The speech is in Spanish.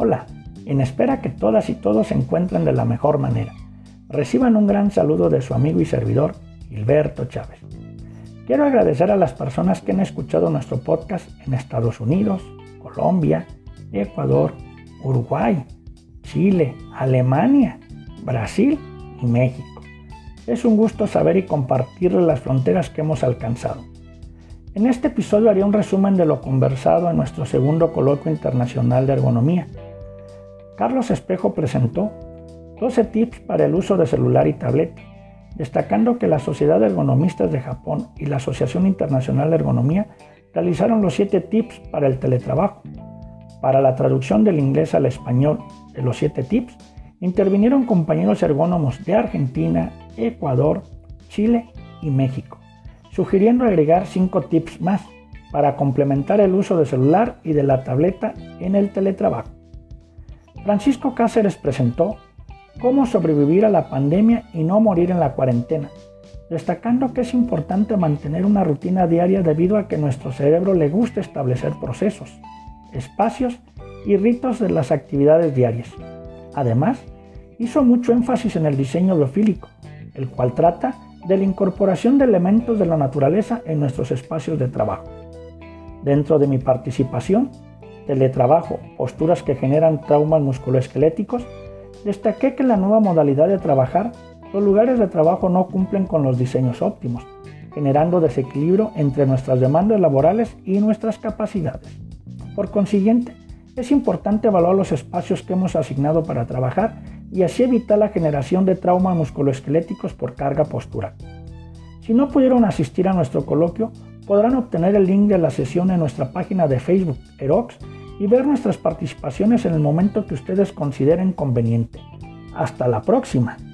Hola, en espera que todas y todos se encuentren de la mejor manera. Reciban un gran saludo de su amigo y servidor, Gilberto Chávez. Quiero agradecer a las personas que han escuchado nuestro podcast en Estados Unidos, Colombia, Ecuador, Uruguay, Chile, Alemania, Brasil y México. Es un gusto saber y compartirles las fronteras que hemos alcanzado. En este episodio haré un resumen de lo conversado en nuestro segundo coloquio internacional de ergonomía. Carlos Espejo presentó 12 tips para el uso de celular y tableta, destacando que la Sociedad de Ergonomistas de Japón y la Asociación Internacional de Ergonomía realizaron los 7 tips para el teletrabajo. Para la traducción del inglés al español de los 7 tips, intervinieron compañeros ergónomos de Argentina, Ecuador, Chile y México, sugiriendo agregar 5 tips más para complementar el uso del celular y de la tableta en el teletrabajo. Francisco Cáceres presentó cómo sobrevivir a la pandemia y no morir en la cuarentena, destacando que es importante mantener una rutina diaria debido a que a nuestro cerebro le gusta establecer procesos, espacios y ritos de las actividades diarias. Además, hizo mucho énfasis en el diseño biofílico, el cual trata de la incorporación de elementos de la naturaleza en nuestros espacios de trabajo. Dentro de mi participación, teletrabajo, posturas que generan traumas musculoesqueléticos, destaqué que en la nueva modalidad de trabajar, los lugares de trabajo no cumplen con los diseños óptimos, generando desequilibrio entre nuestras demandas laborales y nuestras capacidades. Por consiguiente, es importante evaluar los espacios que hemos asignado para trabajar y así evitar la generación de traumas musculoesqueléticos por carga postural. Si no pudieron asistir a nuestro coloquio, podrán obtener el link de la sesión en nuestra página de Facebook, Erox, y ver nuestras participaciones en el momento que ustedes consideren conveniente. ¡Hasta la próxima!